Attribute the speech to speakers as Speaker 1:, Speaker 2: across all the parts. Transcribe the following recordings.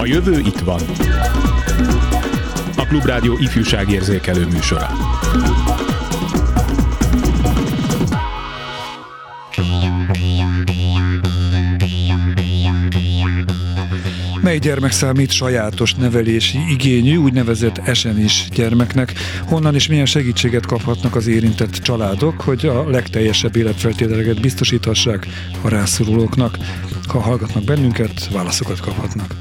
Speaker 1: A jövő itt van. A Klubrádió ifjúságérzékelő műsora.
Speaker 2: Mely gyermek számít sajátos nevelési igényű, úgynevezett esenis gyermeknek? Honnan és milyen segítséget kaphatnak az érintett családok, hogy a legteljesebb életfeltételeket biztosíthassák a rászorulóknak? Ha hallgatnak bennünket, válaszokat kaphatnak.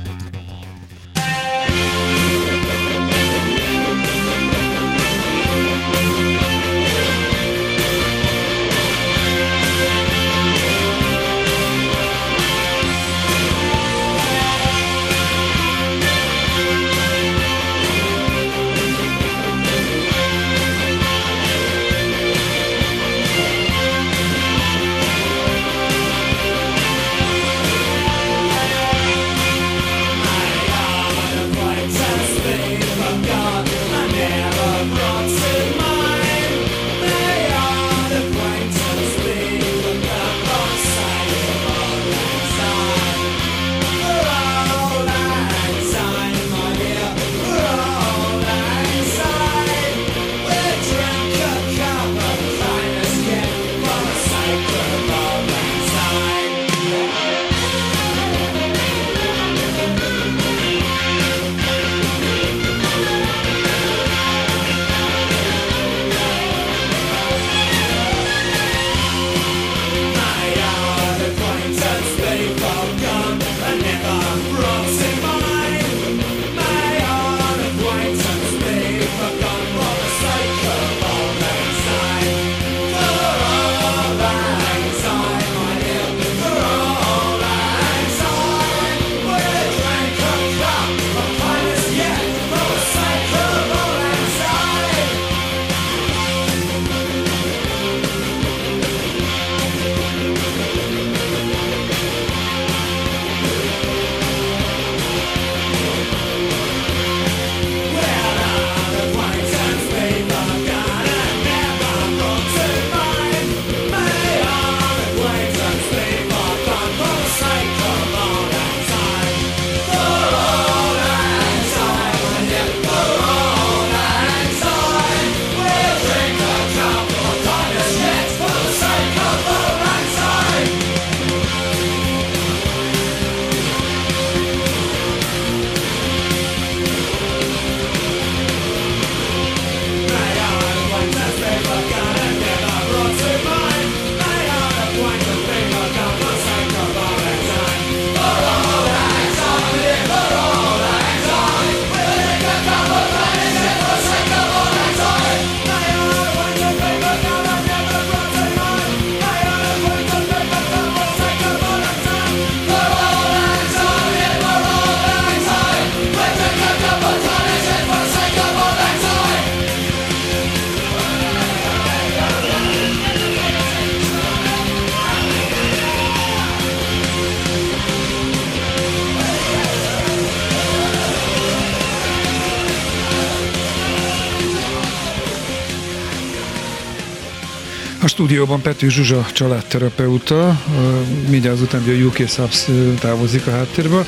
Speaker 2: A stúdióban Pető Zsuzsa családterapeuta, mindjárt azután, hogy a UK Subs távozik a háttérből.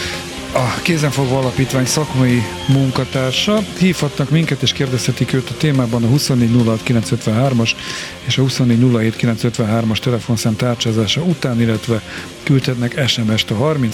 Speaker 2: A Kézenfogva Alapítvány szakmai munkatársa. Hívhatnak minket és kérdezhetik őt a témában a 2406953-as és a 2407953-as telefonszám tárcsázása után, illetve küldhetnek SMS-t a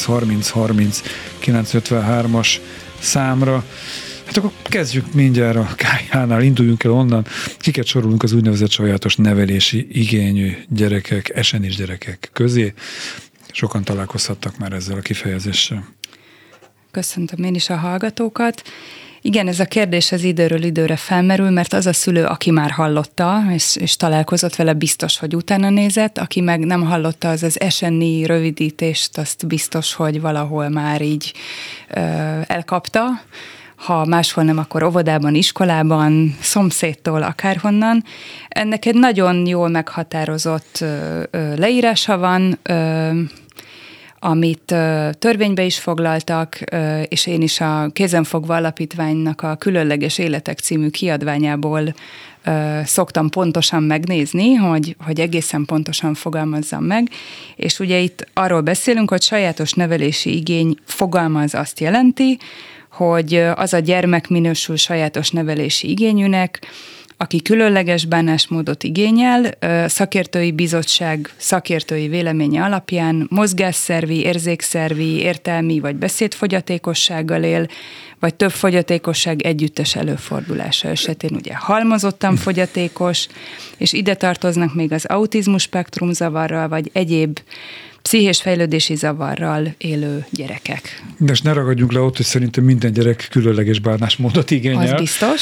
Speaker 2: 303030 számra. Hát akkor kezdjük mindjárt a KH-nál, induljunk el onnan. Kiket sorolunk az úgynevezett sajátos nevelési igényű gyerekek, esenis gyerekek közé? Sokan találkozhattak már ezzel a kifejezéssel.
Speaker 3: Köszöntöm én is a hallgatókat. Igen, ez a kérdés az időről időre felmerül, mert az a szülő, aki már hallotta, és találkozott vele, biztos, hogy utána nézett, aki meg nem hallotta, az SNI rövidítést, azt biztos, hogy valahol már így elkapta. Ha máshol nem, akkor óvodában, iskolában, szomszédtól, akárhonnan. Ennek egy nagyon jól meghatározott leírása van. amit törvénybe is foglaltak, és én is a Kézenfogva Alapítványnak a Különleges Életek című kiadványából szoktam pontosan megnézni, hogy egészen pontosan fogalmazzam meg, és ugye itt arról beszélünk, hogy sajátos nevelési igény fogalma az azt jelenti, hogy az a gyermek minősül sajátos nevelési igényűnek, aki különleges bánásmódot igényel, szakértői bizottság szakértői véleménye alapján mozgásszervi, érzékszervi, értelmi vagy beszédfogyatékossággal él, vagy több fogyatékosság együttes előfordulása esetén ugye halmozottan fogyatékos, és ide tartoznak még az autizmus spektrum zavarral, vagy egyéb pszichés fejlődési zavarral élő gyerekek.
Speaker 2: De ne ragadjunk le ott, hogy szerintem minden gyerek különleges bánásmódot igényel.
Speaker 3: Az biztos.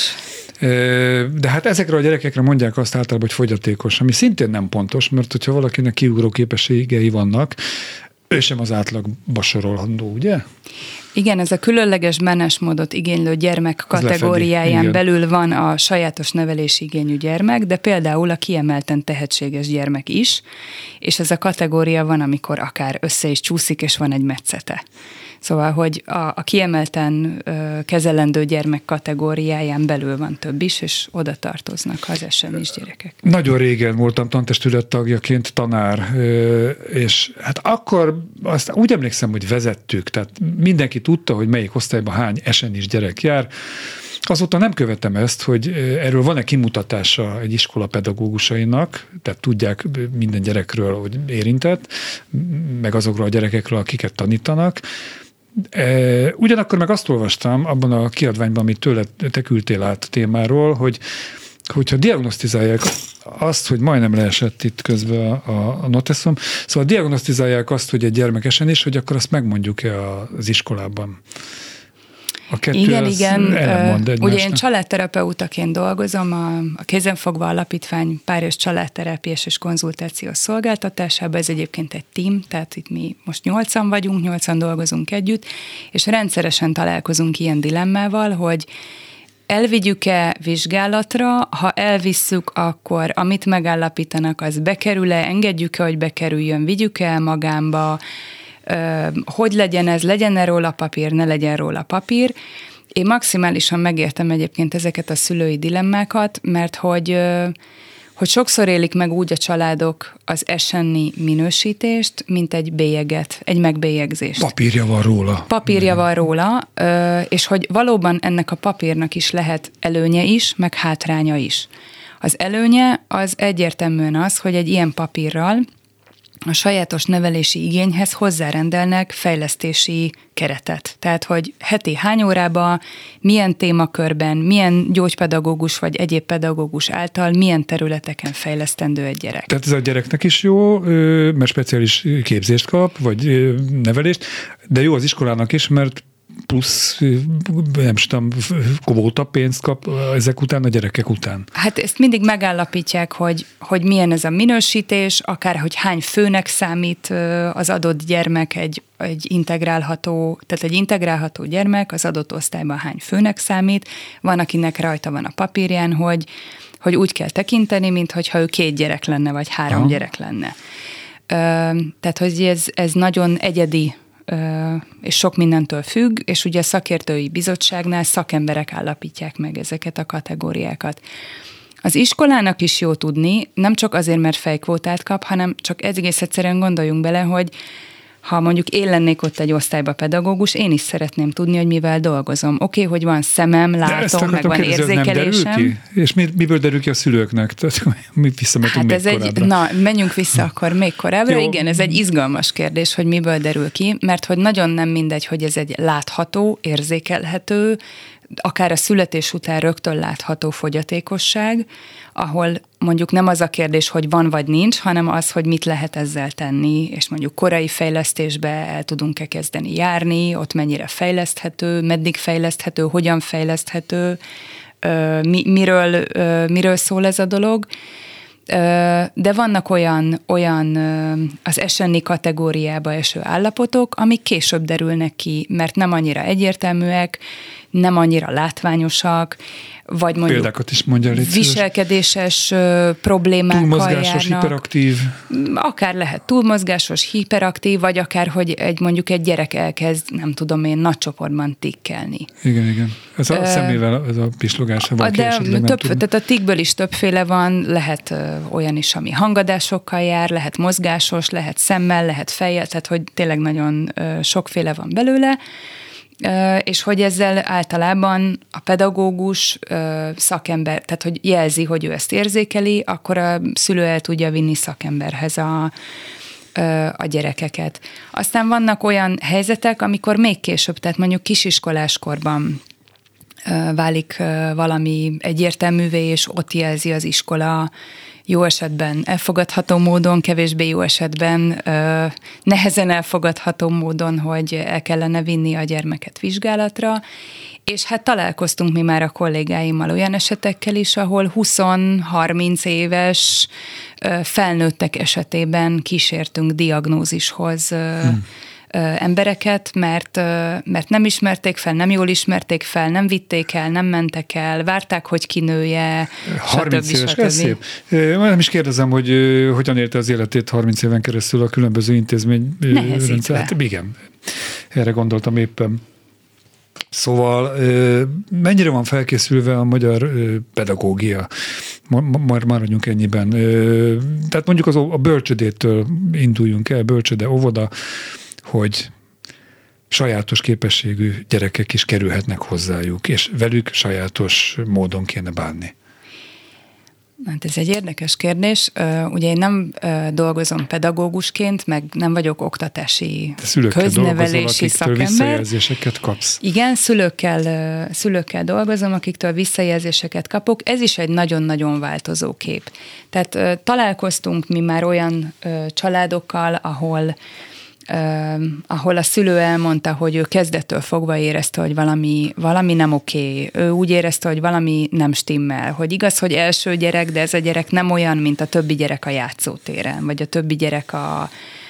Speaker 2: De hát ezekre a gyerekekre mondják azt általában, hogy fogyatékos, ami szintén nem pontos, mert hogyha valakinek kiugró képességei vannak, ő sem az átlagba sorolható, ugye?
Speaker 3: Igen, ez a különleges bánásmódot igénylő gyermek kategóriáján belül van a sajátos nevelési igényű gyermek, de például a kiemelten tehetséges gyermek is, és ez a kategória van, amikor akár össze is csúszik, és van egy metszete. Szóval, hogy a kiemelten kezelendő gyermek kategóriáján belül van több is, és oda tartoznak az SN-is gyerekek.
Speaker 2: Nagyon régen voltam tantestület tagjaként tanár, és hát akkor azt úgy emlékszem, hogy vezettük, tehát mindenki tudta, hogy melyik osztályban hány SN-is gyerek jár. Azóta nem követem ezt, hogy erről van-e kimutatása egy iskola pedagógusainak, tehát tudják minden gyerekről, hogy érintett, meg azokról a gyerekekről, akiket tanítanak. Ugyanakkor meg azt olvastam abban a kiadványban, amit tőle te küldtél át a témáról, hogyha diagnosztizálják azt, hogy majdnem leesett itt közben a noteszom, szóval diagnosztizálják azt, hogy egy gyermek SN-is, hogy akkor azt megmondjuk-e az iskolában. A kettő
Speaker 3: igen.
Speaker 2: ellenmond egymásnak.
Speaker 3: Ugye én családterapeutaként dolgozom, a Kézenfogva Alapítvány pár- családterápiás és konzultációs szolgáltatásában, ez egyébként egy team, tehát itt mi most 8-an vagyunk, 8-an dolgozunk együtt, és rendszeresen találkozunk ilyen dilemmával, hogy elvigyük-e vizsgálatra, ha elvisszük, akkor amit megállapítanak, az bekerül-e, engedjük-e, hogy bekerüljön, vigyük-e el magámba, hogy legyen ez, legyen-e róla papír, ne legyen róla papír. Én maximálisan megértem egyébként ezeket a szülői dilemmákat, mert hogy sokszor élik meg úgy a családok az SN-i minősítést, mint egy bélyeget, egy megbélyegzést.
Speaker 2: Papírja van róla,
Speaker 3: és hogy valóban ennek a papírnak is lehet előnye is, meg hátránya is. Az előnye az egyértelműen az, hogy egy ilyen papírral a sajátos nevelési igényhez hozzárendelnek fejlesztési keretet. Tehát, hogy heti hány órában, milyen témakörben, milyen gyógypedagógus vagy egyéb pedagógus által milyen területeken fejlesztendő egy gyerek.
Speaker 2: Tehát ez a gyereknek is jó, mert speciális képzést kap, vagy nevelést, de jó az iskolának is, mert plusz, nem tudom, kvóta pénzt kap ezek után, a gyerekek után.
Speaker 3: Hát ezt mindig megállapítják, hogy milyen ez a minősítés, akár hogy hány főnek számít az adott gyermek egy integrálható, tehát egy integrálható gyermek az adott osztályban hány főnek számít. Van, akinek rajta van a papírján, hogy úgy kell tekinteni, mintha ő 2 gyerek lenne, vagy 3 gyerek lenne. Tehát, hogy ez nagyon egyedi és sok mindentől függ, és ugye a szakértői bizottságnál szakemberek állapítják meg ezeket a kategóriákat. Az iskolának is jó tudni, nem csak azért, mert fejkvótát kap, hanem csak egész egyszerűen gondoljunk bele, hogy ha mondjuk én lennék ott egy osztályba pedagógus, én is szeretném tudni, hogy mivel dolgozom. Oké, hogy van szemem, látom, meg van érzékelésem.
Speaker 2: És miből derül ki a szülőknek? Tehát mi visszamentünk még korábbra.
Speaker 3: Menjünk vissza akkor még korábbra. Jó. Igen, ez egy izgalmas kérdés, hogy miből derül ki, mert hogy nagyon nem mindegy, hogy ez egy látható, érzékelhető, akár a születés után rögtön látható fogyatékosság, ahol mondjuk nem az a kérdés, hogy van vagy nincs, hanem az, hogy mit lehet ezzel tenni, és mondjuk korai fejlesztésbe el tudunk-e kezdeni járni, ott mennyire fejleszthető, meddig fejleszthető, hogyan fejleszthető, miről szól ez a dolog. De vannak olyan az SN-i kategóriába eső állapotok, amik később derülnek ki, mert nem annyira egyértelműek, nem annyira látványosak, vagy mondjuk
Speaker 2: példákat is mondja,
Speaker 3: viselkedéses problémákkal
Speaker 2: túlmozgásos,
Speaker 3: járnak.
Speaker 2: hiperaktív.
Speaker 3: Akár lehet túlmozgásos, hiperaktív, vagy akár, hogy mondjuk egy gyerek elkezd, nem tudom én, nagy csoportban tikkelni.
Speaker 2: Igen. Ez a szemével, ez a pislogása van ki esetleg,
Speaker 3: tehát a tikkből is többféle van, lehet olyan is, ami hangadásokkal jár, lehet mozgásos, lehet szemmel, lehet fejjel, tehát hogy tényleg nagyon sokféle van belőle, és hogy ezzel általában a pedagógus szakember, tehát hogy jelzi, hogy ő ezt érzékeli, akkor a szülő el tudja vinni szakemberhez a gyerekeket. Aztán vannak olyan helyzetek, amikor még később, tehát mondjuk kisiskoláskorban válik valami egyértelművé, és ott jelzi az iskola jó esetben elfogadható módon, kevésbé jó esetben nehezen elfogadható módon, hogy el kellene vinni a gyermeket vizsgálatra, és hát találkoztunk mi már a kollégáimmal olyan esetekkel is, ahol 20-30 éves felnőttek esetében kísértünk diagnózishoz embereket, mert nem ismerték fel, nem jól ismerték fel, nem vitték el, nem mentek el, várták, hogy kinője,
Speaker 2: 30 éves, ez szép. Nem is kérdezem, hogy hogyan élte az életét 30 éven keresztül a különböző intézmény rendszer. Hát igen, erre gondoltam éppen. Szóval mennyire van felkészülve a magyar pedagógia? Maradjunk ennyiben. Tehát mondjuk a bölcsödétől induljunk el, bölcsöde, óvoda, hogy sajátos képességű gyerekek is kerülhetnek hozzájuk, és velük sajátos módon kéne bánni.
Speaker 3: Hát ez egy érdekes kérdés. Ugye én nem dolgozom pedagógusként, meg nem vagyok oktatási köznevelési szakember.
Speaker 2: Visszajelzéseket kapsz.
Speaker 3: Igen, szülőkkel dolgozom, akiktől visszajelzéseket kapok. Ez is egy nagyon-nagyon változó kép. Tehát találkoztunk mi már olyan családokkal, ahol a szülő elmondta, hogy ő kezdettől fogva érezte, hogy valami nem oké. Ő úgy érezte, hogy valami nem stimmel. Hogy igaz, hogy első gyerek, de ez a gyerek nem olyan, mint a többi gyerek a játszótéren, vagy a többi gyerek a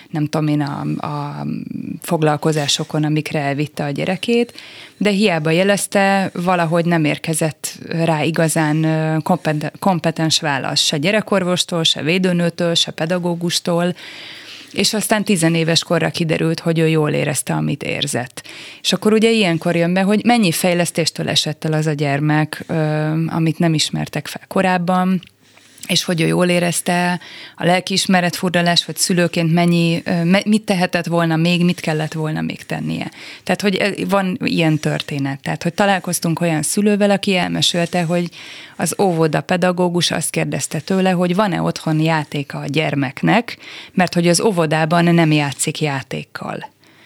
Speaker 3: foglalkozásokon, amikre elvitte a gyerekét, de hiába jelezte, valahogy nem érkezett rá igazán kompetens válasz se gyerekorvostól, se védőnőtől, se pedagógustól, és aztán 10 éves korra kiderült, hogy ő jól érezte, amit érzett. És akkor ugye ilyenkor jön be, hogy mennyi fejlesztéstől esett el az a gyermek, amit nem ismertek fel korábban, és hogy ő jól érezte a lelkiismeret furdalás, vagy szülőként mit tehetett volna még, mit kellett volna még tennie. Tehát, hogy van ilyen történet. Tehát, hogy találkoztunk olyan szülővel, aki elmesélte, hogy az óvoda pedagógus azt kérdezte tőle, hogy van-e otthon játéka a gyermeknek, mert hogy az óvodában nem játszik játékkal.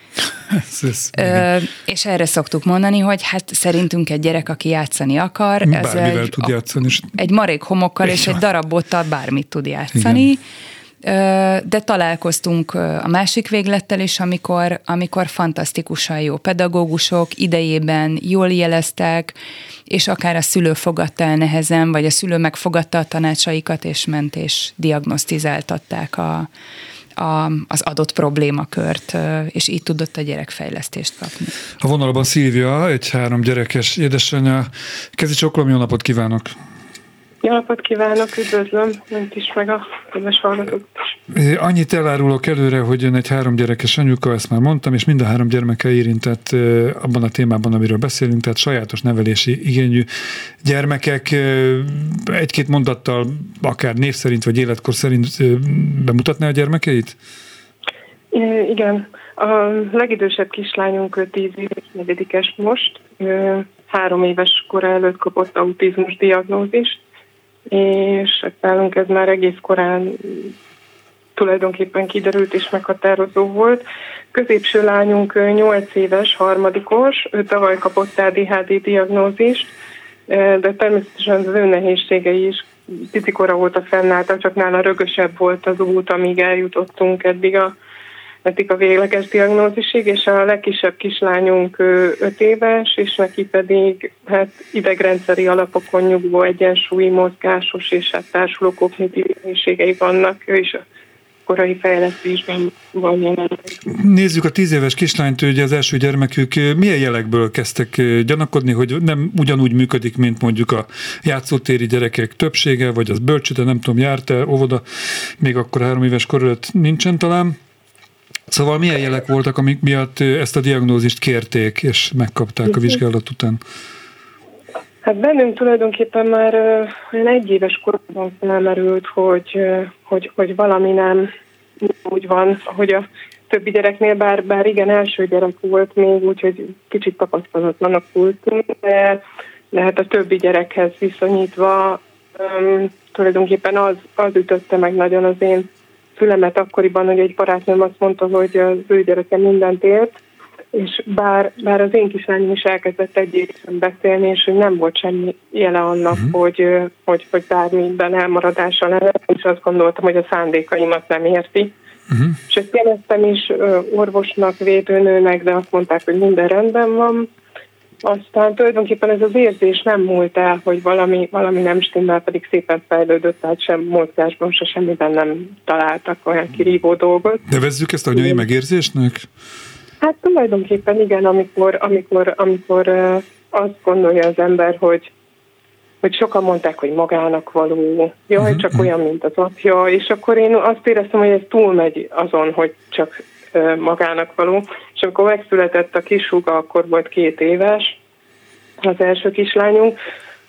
Speaker 3: És erre szoktuk mondani, hogy hát szerintünk egy gyerek, aki játszani akar,
Speaker 2: bármivel tud játszani.
Speaker 3: Egy marék homokkal és egy darab bottal bármit tud játszani. Igen. De találkoztunk a másik véglettel is, amikor fantasztikusan jó pedagógusok idejében jól jeleztek, és akár a szülő fogadta el nehezen, vagy a szülő megfogadta a tanácsaikat, és ment és diagnosztizáltatták az adott problémakört, és így tudott a gyerek fejlesztést kapni.
Speaker 2: A vonalban Szilvia, egy 3 gyerekes édesanyja. Kezi csókolom, jó napot kívánok!
Speaker 4: Jó napot kívánok, üdvözlöm önt is, meg a kedves hallgatókat is.
Speaker 2: Annyit elárulok előre, hogy ön egy 3 gyerekes anyuka, ezt már mondtam, és mind a 3 gyermeke érintett abban a témában, amiről beszélünk, tehát sajátos nevelési igényű gyermekek. 1-2 mondattal, akár név szerint, vagy életkor szerint bemutatná a gyermekeit?
Speaker 4: Igen. A legidősebb kislányunk 10 éves, 4-es most. 3 éves kora előtt kapott autizmus diagnózist, és nálunk ez már egész korán tulajdonképpen kiderült és meghatározó volt. Középső lányunk 8 éves, 3-os, ő tavaly kapott ADHD diagnózist, de természetesen az ő nehézségei is picikora óta fennálltak, csak nála rögösebb volt az út, amíg eljutottunk eddig a végleges diagnózisig, és a legkisebb kislányunk 5 éves, és neki pedig idegrendszeri alapokon nyugvó, egyensúlyi, mozgásos és társuló kognitív nehézségei vannak. Ő is korai fejlesztésben van jelenleg.
Speaker 2: Nézzük a 10 éves kislányt, ugye az első gyermekük. Milyen jelekből kezdtek gyanakodni, hogy nem ugyanúgy működik, mint mondjuk a játszótéri gyerekek többsége, vagy az bölcsőde, nem tudom, járt-e óvoda, még akkor 3 éves kor előtt nincsen talán. Szóval milyen jelek voltak, amik miatt ezt a diagnózist kérték, és megkapták a vizsgálat után?
Speaker 4: Hát bennünk tulajdonképpen már olyan 1 éves korban felmerült, hogy valami nem úgy van, ahogy a többi gyereknél, bár igen, első gyerek volt még, úgyhogy kicsit tapasztalatlanak voltunk, de hát a többi gyerekhez viszonyítva tulajdonképpen az ütötte meg nagyon az én fülemet akkoriban, hogy egy barátnőm azt mondta, hogy az ő gyereke mindent ért, és bár az én kislányom is elkezdett egy évben beszélni, és hogy nem volt semmi jele annak, hogy bármiben elmaradása lenne, és azt gondoltam, hogy a szándékaimat nem érti. És ezt jeleztem is orvosnak, védőnőnek, de azt mondták, hogy minden rendben van. Aztán tulajdonképpen ez az érzés nem múlt el, hogy valami nem stimmel, pedig szépen fejlődött, tehát sem mozgásban, se semmiben nem találtak olyan kirívó dolgot.
Speaker 2: Nevezzük ezt anyai megérzésnek?
Speaker 4: Hát tulajdonképpen igen, amikor azt gondolja az ember, hogy sokan mondták, hogy magának való, jaj, csak olyan, mint az apja, és akkor én azt éreztem, hogy ez túlmegy azon, hogy csak magának való. És amikor megszületett a kishúga, akkor volt 2 éves, az első kislányunk,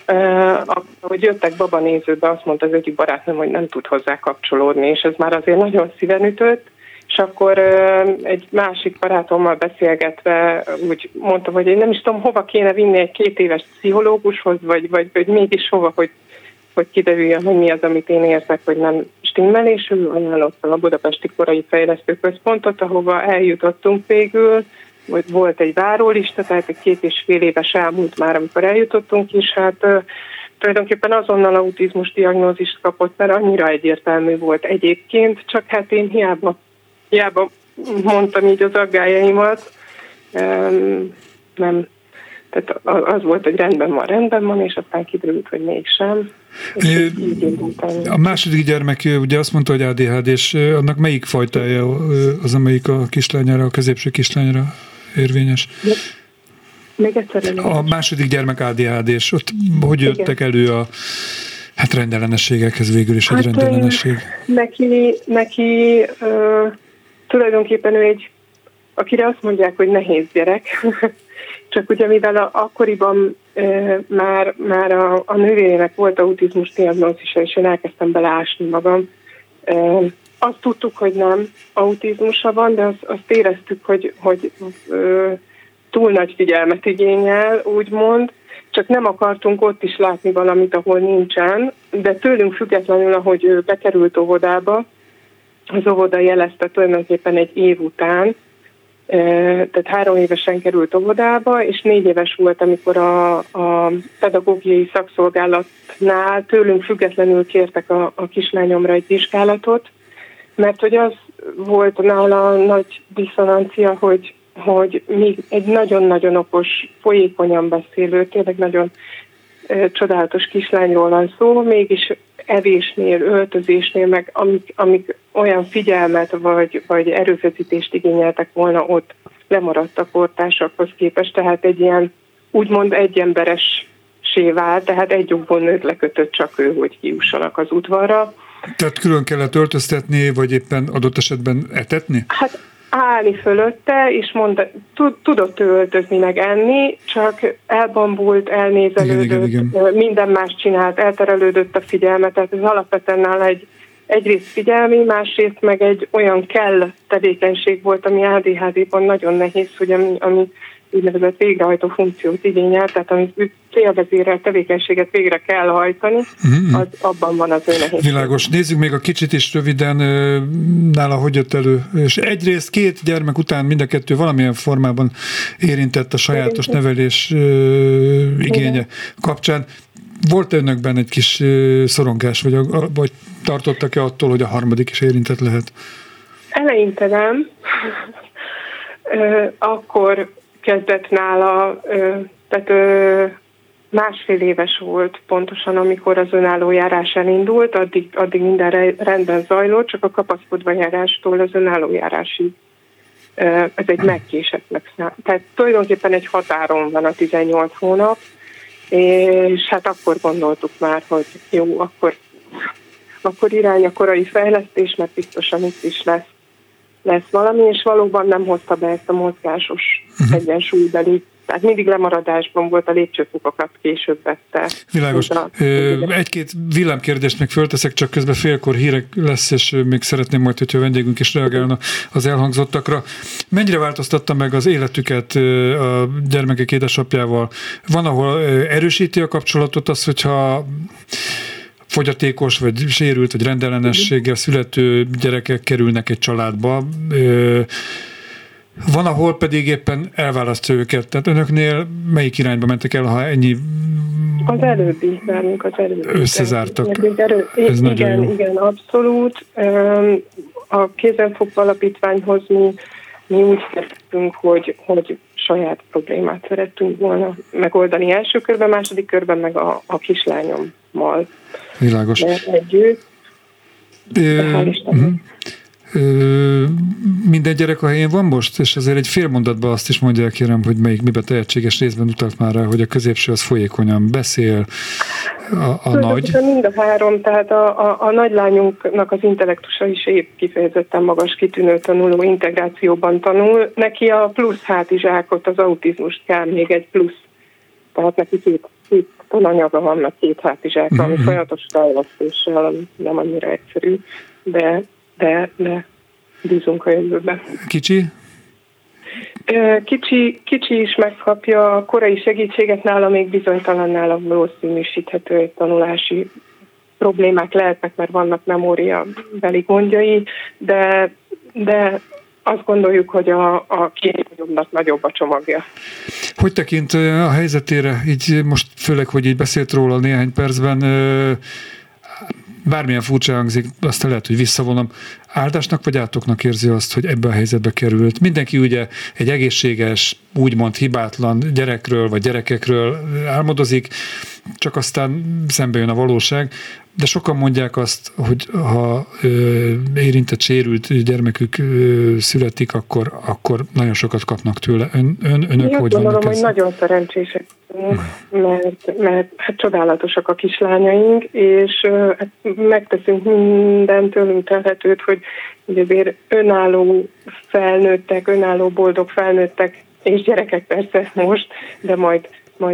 Speaker 4: hogy jöttek babanézőbe, azt mondta az egyik barátnőm, hogy nem tud hozzá kapcsolódni, és ez már azért nagyon szíven ütött. És akkor egy másik barátommal beszélgetve úgy mondtam, hogy én nem is tudom, hova kéne vinni egy 2 éves pszichológushoz, vagy mégis hova, hogy kiderüljön, hogy mi az, amit én érzek, hogy nem stimmel, és ő ajánlotta a Budapesti Korai Fejlesztő Központot, ahova eljutottunk végül, volt egy várólista, tehát egy 2,5 éves elmúlt már, amikor eljutottunk, és hát tulajdonképpen azonnal autizmus diagnózist kapott, mert annyira egyértelmű volt egyébként, csak hát én hiába mondtam így az aggályaimat, nem. Tehát az volt, hogy rendben van, és aztán kiderült, hogy mégsem.
Speaker 2: A második gyermek ugye azt mondta, hogy ADHD, és annak melyik fajtája az, amelyik a kislányára, a középső kislányra érvényes?
Speaker 4: Még egyszer.
Speaker 2: A második gyermek ADHD, és ott hogy jöttek elő a rendellenességekhez végül is egy rendellenesség?
Speaker 4: Neki tulajdonképpen ő akire azt mondják, hogy nehéz gyerek, csak ugye mivel akkoriban már a nővérének volt autizmus diagnózisa, és én elkezdtem beleásni magam. Azt tudtuk, hogy nem autizmusa van, de azt éreztük, hogy túl nagy figyelmet igényel, úgymond, csak nem akartunk ott is látni valamit, ahol nincsen, de tőlünk függetlenül, ahogy ő bekerült óvodába, az óvoda jelezte tulajdonképpen egy év után, tehát 3 évesen került óvodába, és 4 éves volt, amikor a pedagógiai szakszolgálatnál tőlünk függetlenül kértek a kislányomra egy vizsgálatot, mert hogy az volt nála nagy diszonancia, hogy még egy nagyon-nagyon okos, folyékonyan beszélő, tényleg nagyon csodálatos kislányról van szó, mégis evésnél, öltözésnél, meg amik olyan figyelmet vagy erőfeszítést igényeltek volna, ott lemaradt a kortársakhoz képest, tehát egy ilyen úgymond egyemberessé vált, tehát egy lyukból nőtt lekötött csak ő, hogy kijussanak az udvarra.
Speaker 2: Tehát külön kellett öltöztetni, vagy éppen adott esetben etetni?
Speaker 4: Hát állni fölötte, és tudott öltözni meg enni, csak elbambult, elnézelődött, igen. Minden más csinált, elterelődött a figyelme, tehát ez alapvetően nála egyrészt figyelmi, másrészt meg egy olyan tevékenység volt, ami ADHD-ban nagyon nehéz, hogy ami úgynevezett végrehajtó funkciót igényel, tehát amit célvezérelt tevékenységet végre kell hajtani, az abban van az ő nehézség.
Speaker 2: Világos. Nézzük még a kicsit is röviden, nála hogy jött elő. És egyrészt 2 gyermek után mind a 2 valamilyen formában érintett a sajátos nevelés igénye kapcsán. Volt önökben egy kis szorongás, vagy tartottak-e attól, hogy a harmadik is érintett lehet?
Speaker 4: Eleinte nem. Akkor kezdett nála, tehát másfél éves volt pontosan, amikor az önálló járás elindult, addig minden rendben zajlott, csak a kapaszkodva járástól az önálló járásig ez egy megkésett megszám. Tehát tulajdonképpen egy határon van a 18 hónap, és hát akkor gondoltuk már, hogy jó, akkor irány a korai fejlesztés, mert biztosan itt is lesz valami, és valóban nem hozta be ezt a mozgásos egyensúlybeli. Tehát mindig lemaradásban volt, a lépcsőfokokat később vette.
Speaker 2: Világos. Egy-két villámkérdést még fölteszek, csak közben félkor hírek lesz, és még szeretném majd, hogyha a vendégünk is reagálna az elhangzottakra. Mennyire változtatta meg az életüket a gyermekek édesapjával? Van, ahol erősíti a kapcsolatot az, hogyha fogyatékos, vagy sérült, vagy rendellenességgel születő gyerekek kerülnek egy családba, van, ahol pedig éppen elválasztja őket. Tehát önöknél melyik irányba mentek el, ha ennyi...
Speaker 4: Az előbbi, nálunk az előbbi.
Speaker 2: Összezártak. Ez
Speaker 4: igen, abszolút. A Kézenfogva Alapítványhoz mi úgy szerettünk, hogy saját problémát szerettünk volna megoldani első körben, második körben meg a kislányommal.
Speaker 2: Világos.
Speaker 4: Együtt.
Speaker 2: Minden gyerek a helyén van most? És azért egy fél mondatban azt is mondják, kérem, hogy miben tehetséges, részben utalt már rá, hogy a középső az folyékonyan beszél, a nagy.
Speaker 4: Mind a három, tehát a nagylányunknak az intellektusa is épp kifejezetten magas, kitűnő tanuló, integrációban tanul. Neki a plusz hátizsákot, az autizmust kell még egy plusz. Tehát neki két tananyaga van, meg két hátizsáka, ami folyamatos fejlesztéssel nem annyira egyszerű, de bízunk a jövőben.
Speaker 2: Kicsi?
Speaker 4: Kicsi is megkapja a korai segítséget, nála még bizonytalannála valószínűsíthető egy tanulási problémák lehetnek, mert vannak memóriabeli gondjai, de azt gondoljuk, hogy a két nagyobbnak nagyobb a csomagja.
Speaker 2: Hogy tekint a helyzetére, így most főleg, hogy így beszélt róla néhány percben, bármilyen furcsa hangzik, aztán lehet, hogy visszavonom. Áldásnak vagy átoknak érzi azt, hogy ebbe a helyzetbe került? Mindenki ugye egy egészséges, úgymond hibátlan gyerekről vagy gyerekekről álmodozik, csak aztán szembe jön a valóság. De sokan mondják azt, hogy ha érintett, sérült gyermekük születik, akkor nagyon sokat kapnak tőle. Önök hogy vannak
Speaker 4: hogy nagyon szerencsések vagyunk, mert hát csodálatosak a kislányaink, és hát megteszünk mindent tőlünk telhetőt, hogy azért önálló felnőttek, önálló boldog felnőttek, és gyerekek persze most, de majd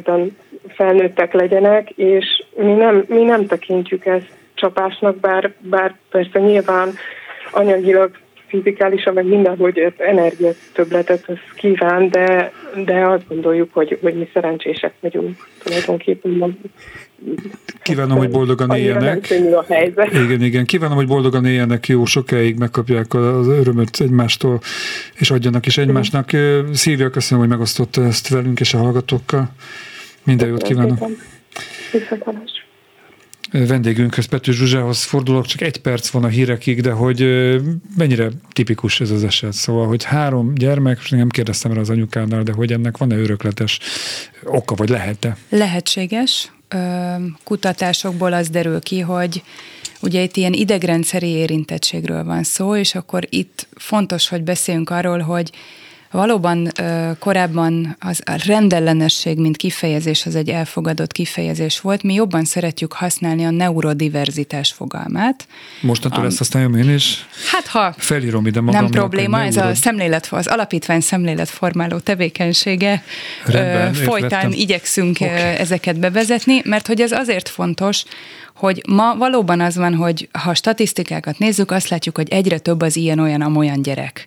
Speaker 4: felnőttek legyenek, és mi nem tekintjük ezt csapásnak, bár persze nyilván anyagilag, fizikálisan, meg mindenhogy energiatöbbletet ez kíván, de azt gondoljuk, hogy mi szerencsések vagyunk tulajdonképpen.
Speaker 2: Kívánom, hogy boldogan éljenek.
Speaker 4: A helyzet.
Speaker 2: Igen. Kívánom, hogy boldogan éljenek, jó sokáig megkapják az örömöt egymástól, és adjanak is egymásnak. Szilvia, köszönöm, hogy megosztotta ezt velünk és a hallgatókkal. Minden jót kívánok.
Speaker 4: Viszontlátásra.
Speaker 2: Vendégünkhöz, Pető Zsuzsához fordulok, csak 1 perc van a hírekig, de hogy mennyire tipikus ez az eset. Szóval, hogy 3 gyermek, és nem kérdeztem rá az anyukánál, de hogy ennek van-e örökletes oka, vagy lehet-e?
Speaker 3: Lehetséges. Kutatásokból az derül ki, hogy ugye itt ilyen idegrendszeri érintettségről van szó, és akkor itt fontos, hogy beszéljünk arról, hogy valóban korábban a rendellenesség, mint kifejezés, az egy elfogadott kifejezés volt. Mi jobban szeretjük használni a neurodiverzitás fogalmát.
Speaker 2: Mostantól ezt használom én is?
Speaker 3: Hát ha
Speaker 2: felírom ide magamnak.
Speaker 3: Nem probléma, ez az alapítvány szemléletformáló tevékenysége. Folytán igyekszünk ezeket bevezetni, mert hogy ez azért fontos, hogy ma valóban az van, hogy ha statisztikákat nézzük, azt látjuk, hogy egyre több az ilyen-olyan-amolyan gyerek.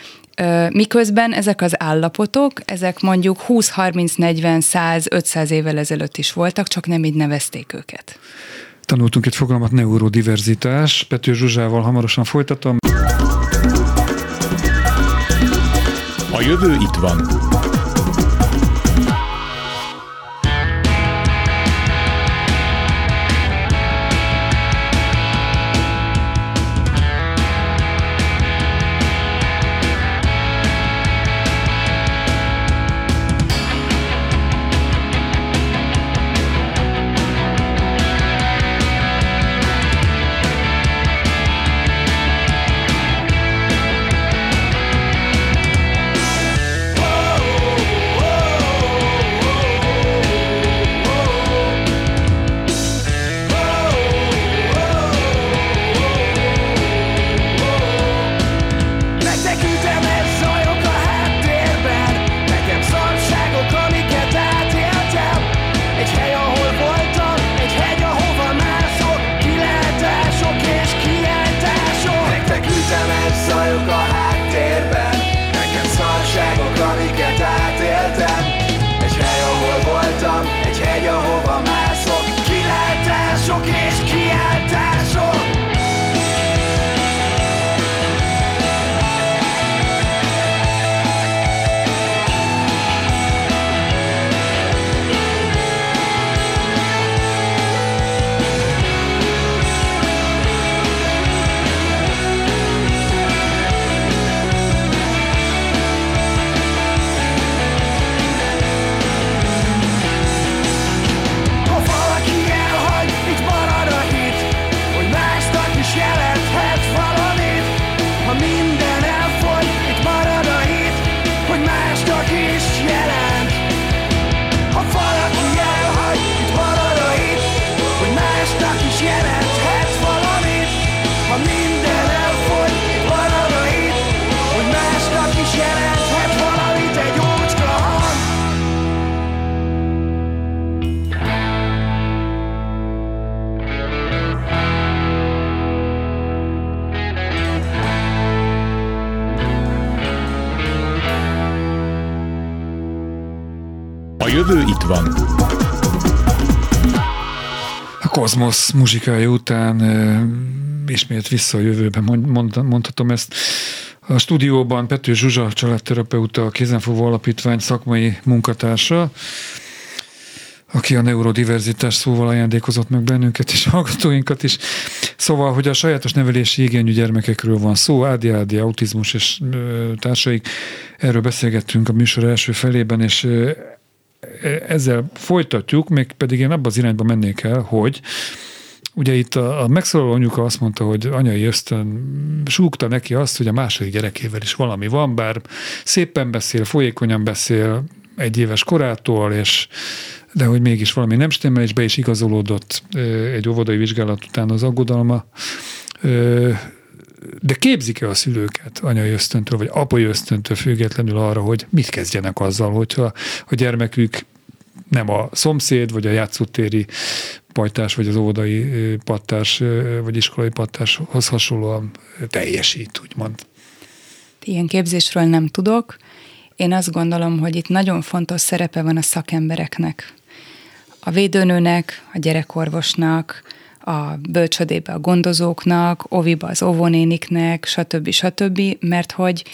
Speaker 3: Miközben ezek az állapotok, ezek mondjuk 20, 30, 40, 100, 500 évvel ezelőtt is voltak, csak nem így nevezték őket.
Speaker 2: Tanultunk egy fogalmat, neurodiverzitás. Pető Zsuzsával hamarosan folytatom.
Speaker 1: A jövő itt van.
Speaker 5: csak a háttérben. Nekem szarságok, amiket átéltem. Egy hely, ahol voltam, egy hegy, ahova mászok. Kilátások és kiáltások.
Speaker 1: A jövő itt van.
Speaker 2: A Kozmosz muzsikája után ismét vissza a jövőbe, mondhatom ezt. A stúdióban Pető Zsuzsa, családterapeuta, a Kézenfogó Alapítvány szakmai munkatársa, aki a neurodiverzitás szóval ajándékozott meg bennünket és hallgatóinkat is. Szóval, hogy a sajátos nevelési igényű gyermekekről van szó, ADHD, autizmus és társaik. Erről beszélgettünk a műsor első felében, és ezzel folytatjuk, még pedig én abban az irányba mennék el, hogy ugye itt a megszólaló anyuka azt mondta, hogy anyai ösztön súgta neki azt, hogy a második gyerekével is valami van, bár szépen beszél, folyékonyan beszél 1 éves korától, de hogy mégis valami nem stimmel, és be is igazolódott egy óvodai vizsgálat után az aggodalma. De képzik-e a szülőket anyai ösztöntől, vagy apai ösztöntől függetlenül arra, hogy mit kezdjenek azzal, hogyha a gyermekük nem a szomszéd, vagy a játszótéri pajtás, vagy az óvodai pattárs, vagy iskolai pattárshoz hasonlóan teljesít, úgymond.
Speaker 3: Ilyen képzésről nem tudok. Én azt gondolom, hogy itt nagyon fontos szerepe van a szakembereknek. A védőnőnek, a gyerekorvosnak, a bölcsödébe a gondozóknak, oviba az óvónéniknek, stb. Mert hogy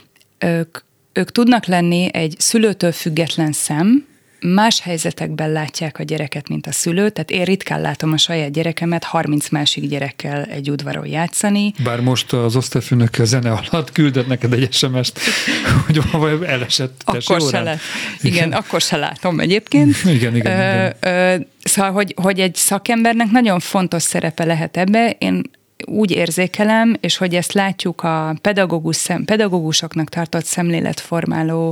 Speaker 3: ők tudnak lenni egy szülőtől független szem, más helyzetekben látják a gyereket, mint a szülő, tehát én ritkán látom a saját gyerekemet 30 másik gyerekkel egy udvaron játszani.
Speaker 2: Bár most az osztályfőnökkel zene alatt küldött neked egy SMS-t, hogy elesett.
Speaker 3: Akkor se lett. Igen, akkor se látom egyébként.
Speaker 2: Igen.
Speaker 3: Szóval, hogy egy szakembernek nagyon fontos szerepe lehet ebbe, én úgy érzékelem, és hogy ezt látjuk a pedagógusoknak tartott szemléletformáló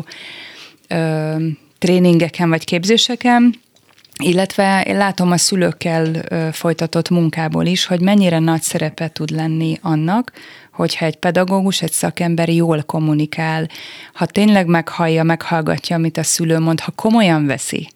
Speaker 3: tréningeken vagy képzéseken, illetve én látom a szülőkkel folytatott munkából is, hogy mennyire nagy szerepe tud lenni annak, hogyha egy pedagógus, egy szakember jól kommunikál, ha tényleg meghallgatja, amit a szülő mond, ha komolyan veszi,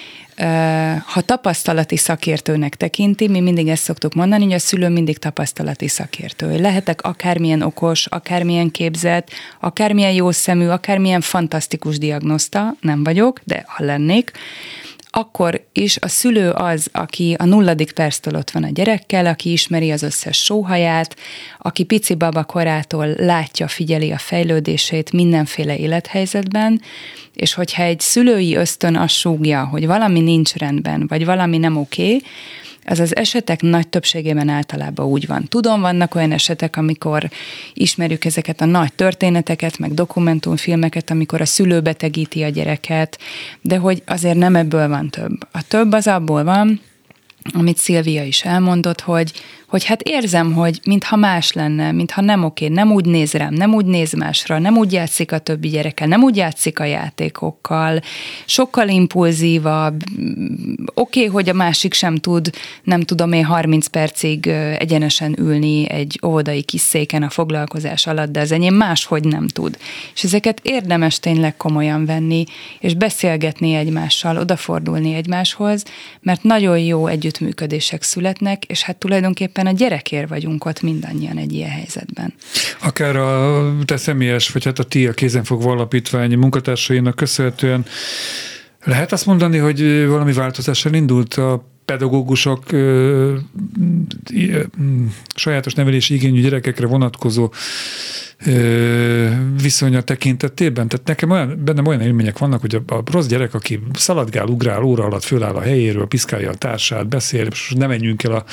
Speaker 3: ha tapasztalati szakértőnek tekinti, mi mindig ezt szoktuk mondani, hogy a szülő mindig tapasztalati szakértő. Lehetek akármilyen okos, akármilyen képzett, akármilyen jó szemű, akármilyen fantasztikus diagnoszta, nem vagyok, de ha lennék, akkor is a szülő az, aki a 0. perctől ott van a gyerekkel, aki ismeri az összes sóhaját, aki pici baba korától látja, figyeli a fejlődését mindenféle élethelyzetben, és hogyha egy szülői ösztön azt súgja, hogy valami nincs rendben, vagy valami nem oké, az az esetek nagy többségében általában úgy van. Tudom, vannak olyan esetek, amikor ismerjük ezeket a nagy történeteket, meg dokumentumfilmeket, amikor a szülő betegíti a gyereket, de hogy azért nem ebből van több. A több az abból van, amit Szilvia is elmondott, hogy hát érzem, hogy mintha más lenne, mintha nem oké, nem úgy néz rám, nem úgy néz másra, nem úgy játszik a többi gyerekkel, nem úgy játszik a játékokkal, sokkal impulzívabb, oké, hogy a másik sem tud, nem tudom én 30 percig egyenesen ülni egy óvodai kis széken a foglalkozás alatt, de az enyém máshogy nem tud. És ezeket érdemes tényleg komolyan venni, és beszélgetni egymással, odafordulni egymáshoz, mert nagyon jó együttműködések születnek, és hát tulajdonképpen tulajdonképpen a gyerekért vagyunk ott mindannyian egy ilyen helyzetben.
Speaker 2: Akár a te személyes, vagy hát a ti a Kézenfogva Alapítvány munkatársainak köszönhetően lehet azt mondani, hogy valami változás elindult a pedagógusok sajátos nevelési igényű gyerekekre vonatkozó viszonya tekintetében? Tehát nekem bennem olyan élmények vannak, hogy a rossz gyerek, aki szaladgál, ugrál, óra alatt föláll a helyéről, piszkálja a társát, beszél, és ne menjünk el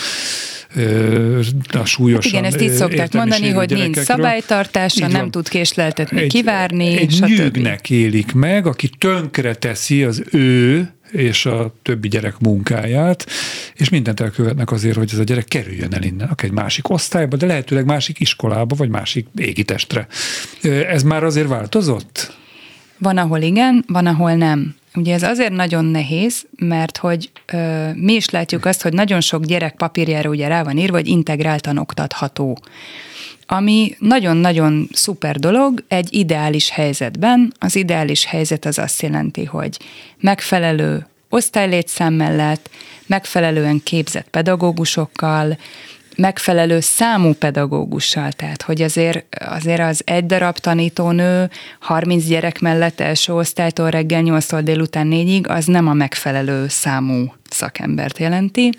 Speaker 2: a súlyosan.
Speaker 3: Igen, ezt így szokták mondani, hogy nincs szabálytartása, nem tud késleltetni, kivárni,
Speaker 2: egy nyűgnek élik meg, aki tönkre teszi az ő és a többi gyerek munkáját, és mindent elkövetnek azért, hogy ez a gyerek kerüljön el innen, akár egy másik osztályba, de lehetőleg másik iskolába, vagy másik égitestre. Ez már azért változott?
Speaker 3: Van, ahol igen, van, ahol nem. Ugye ez azért nagyon nehéz, mert hogy mi is látjuk azt, hogy nagyon sok gyerek papírjára ugye rá van írva, hogy integráltan oktatható. Ami nagyon-nagyon szuper dolog egy ideális helyzetben. Az ideális helyzet az azt jelenti, hogy megfelelő osztálylétszám mellett, megfelelően képzett pedagógusokkal, megfelelő számú pedagógussal, tehát hogy azért az egy darab tanítónő 30 gyerek mellett első osztálytól reggel 8-tól délután 4-ig, az nem a megfelelő számú szakembert jelenti.